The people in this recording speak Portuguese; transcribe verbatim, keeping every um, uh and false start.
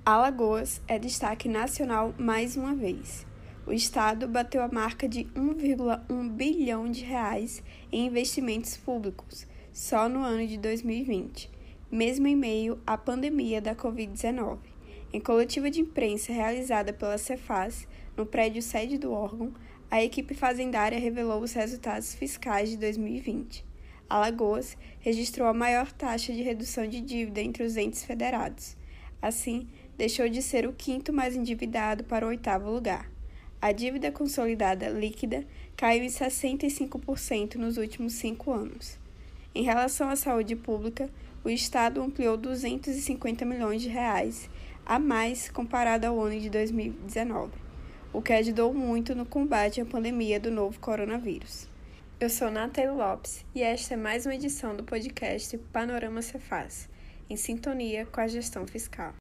Alagoas é destaque nacional mais uma vez. O estado bateu a marca de um vírgula um bilhão de reais em investimentos públicos só no ano de dois mil e vinte, mesmo em meio à pandemia da covid dezenove. Em coletiva de imprensa realizada pela Cefaz, no prédio sede do órgão, a equipe fazendária revelou os resultados fiscais de dois mil e vinte. Alagoas registrou a maior taxa de redução de dívida entre os entes federados. Assim, deixou de ser o quinto mais endividado para o oitavo lugar. A dívida consolidada líquida caiu em sessenta e cinco por cento nos últimos cinco anos. Em relação à saúde pública, o Estado ampliou duzentos e cinquenta milhões de reais a mais comparado ao ano de dois mil e dezenove, o que ajudou muito no combate à pandemia do novo coronavírus. Eu sou Nathalie Lopes e esta é mais uma edição do podcast Panorama Cefaz, em sintonia com a gestão fiscal.